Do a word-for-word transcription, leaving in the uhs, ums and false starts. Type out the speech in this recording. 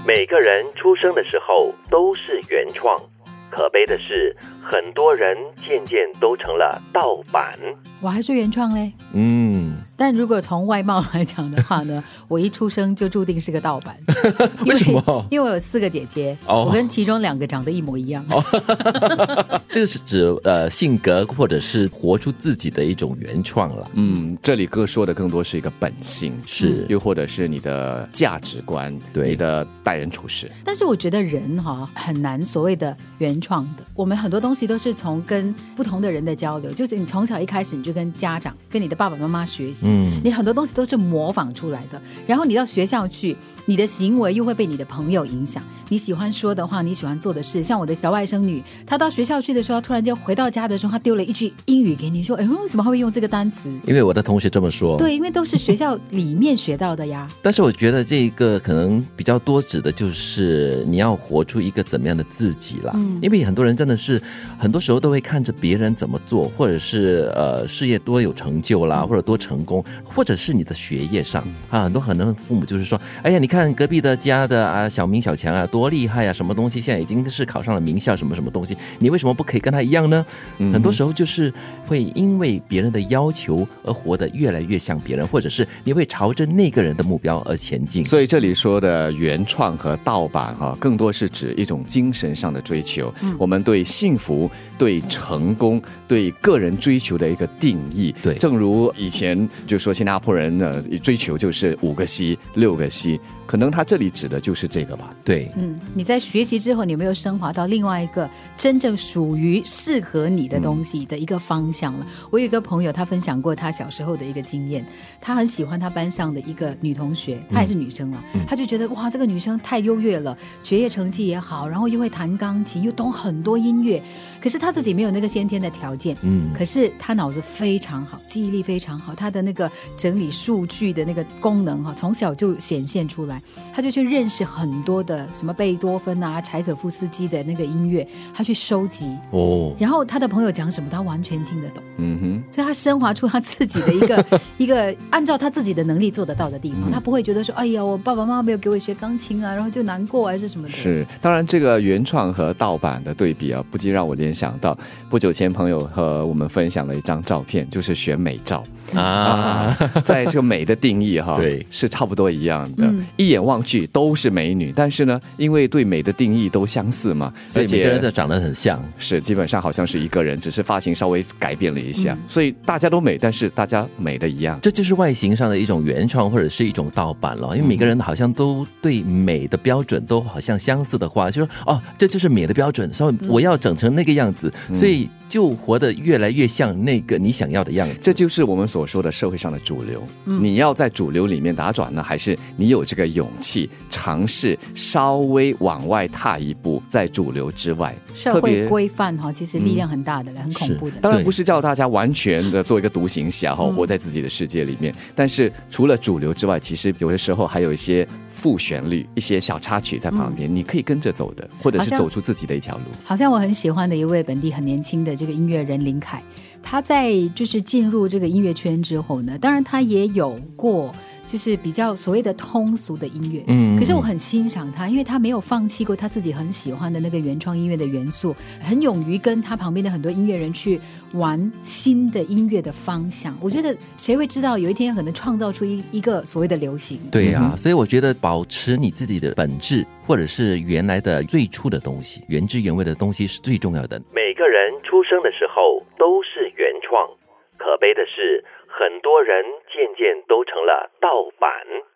每个人出生的时候都是原创，可悲的是，很多人渐渐都成了盗版。 我还是原创嘞。 嗯， 但如果从外貌来讲的话呢，我一出生就注定是个盗版。 为什么？ 因为我有四个姐姐， 哦、 我跟其中两个长得一模一样。 哦、这个是指呃性格或者是活出自己的一种原创了。 嗯，这里哥说的更多是一个本性， 是又或者是你的价值观， 对你的待人处事。 但是我觉得人哈、哦、很难所谓的原创的，我们很多东西都是从跟不同的人的交流，就是你从小一开始你就跟家长、跟你的爸爸妈妈学习，嗯，你很多东西都是模仿出来的，然后你到学校去，你的行为又会被你的朋友影响，你喜欢说的话，你喜欢做的事，像我的小外甥女，她到学校去的时候，突然间回到家的时候，她丢了一句英语给你，说，哎，为什么会用这个单词？ 因为我的同学这么说。 对，因为都是学校里面学到的呀。 但是我觉得这个可能比较多指的就是你要活出一个怎么样的自己啦、嗯、因为很多人真的是很多时候都会看着别人怎么做，或者是呃事业多有成就啦、嗯、或者多成功，或者是你的学业上啊，很多很多父母就是说，哎呀，你看隔壁的家的啊小明小强啊多厉害啊，什么东西现在已经是考上了名校，什么什么东西，你为什么不可以跟他一样呢、嗯、很多时候就是会因为别人的要求而活得越来越像别人，或者是你会朝着那个人的目标而前进。 所以这里说的原创和盗版哈、啊，更多是指一种精神上的追求、嗯、我们对幸福、对成功、对个人追求的一个定义。 对， 正如以前就说新加坡人呢追求就是五个 C 六个 C， 可能他这里指的就是这个吧。 对， 嗯，你在学习之后，你有没有升华到另外一个真正属于适合你的东西的一个方向了、嗯、我有一个朋友，他分享过他小时候的一个经验，他很喜欢他班上的一个女同学，她也是女生嘛、嗯、他就觉得哇，这个女生太优越了，学业成绩也好，然后又会弹钢琴，又懂很多音乐，可是他自己没有那个先天的条件，嗯，可是他脑子非常好，记忆力非常好，他的那个整理数据的那个功能哈，从小就显现出来，他就去认识很多的什么贝多芬啊、柴可夫斯基的那个音乐，他去收集哦，然后他的朋友讲什么，他完全听得懂，嗯哼，所以他升华出他自己的一个一个按照他自己的能力做得到的地方，他不会觉得说，哎呀，我爸爸妈妈没有给我学钢琴啊，然后就难过还是什么的。 是，当然这个原创和盗版的对比啊，不禁让我联想到不久前朋友和我们分享了一张照片，就是选美照啊, 啊在这个美的定义哈，对，是差不多一样的、嗯、一眼望去都是美女，但是呢因为对美的定义都相似嘛， 所以每个人都长得很像， 是基本上好像是一个人，只是发型稍微改变了一下、嗯、所以大家都美，但是大家美的一样， 这就是外形上的一种原创或者是一种盗版了。因为每个人好像都对美的标准都好像相似的话，就说哦，这就是美的标准，所以我要整成那个样子、嗯、所以就活得越来越像那个你想要的样子。 这就是我们所说的社会上的主流、嗯、你要在主流里面打转呢，还是你有这个勇气尝试稍微往外踏一步，在主流之外。 社会规范其实力量很大的、嗯、很恐怖的。 当然不是叫大家完全的做一个独行侠、嗯、活在自己的世界里面，但是除了主流之外，其实有的时候还有一些副旋律，一些小插曲在旁边、嗯、你可以跟着走的，或者是走出自己的一条路。 好像我很喜欢的一位本地很年轻的这个音乐人林凯，他在就是进入这个音乐圈之后呢，当然他也有过就是比较所谓的通俗的音乐，嗯，可是我很欣赏他，因为他没有放弃过他自己很喜欢的那个原创音乐的元素，很勇于跟他旁边的很多音乐人去玩新的音乐的方向。我觉得谁会知道有一天可能创造出一一个所谓的流行。 对啊、嗯、所以我觉得保持你自己的本质，或者是原来的最初的东西，原汁原味的东西是最重要的。 每个人出生的时候都是原创，可悲的是很多人渐渐都成了盗版。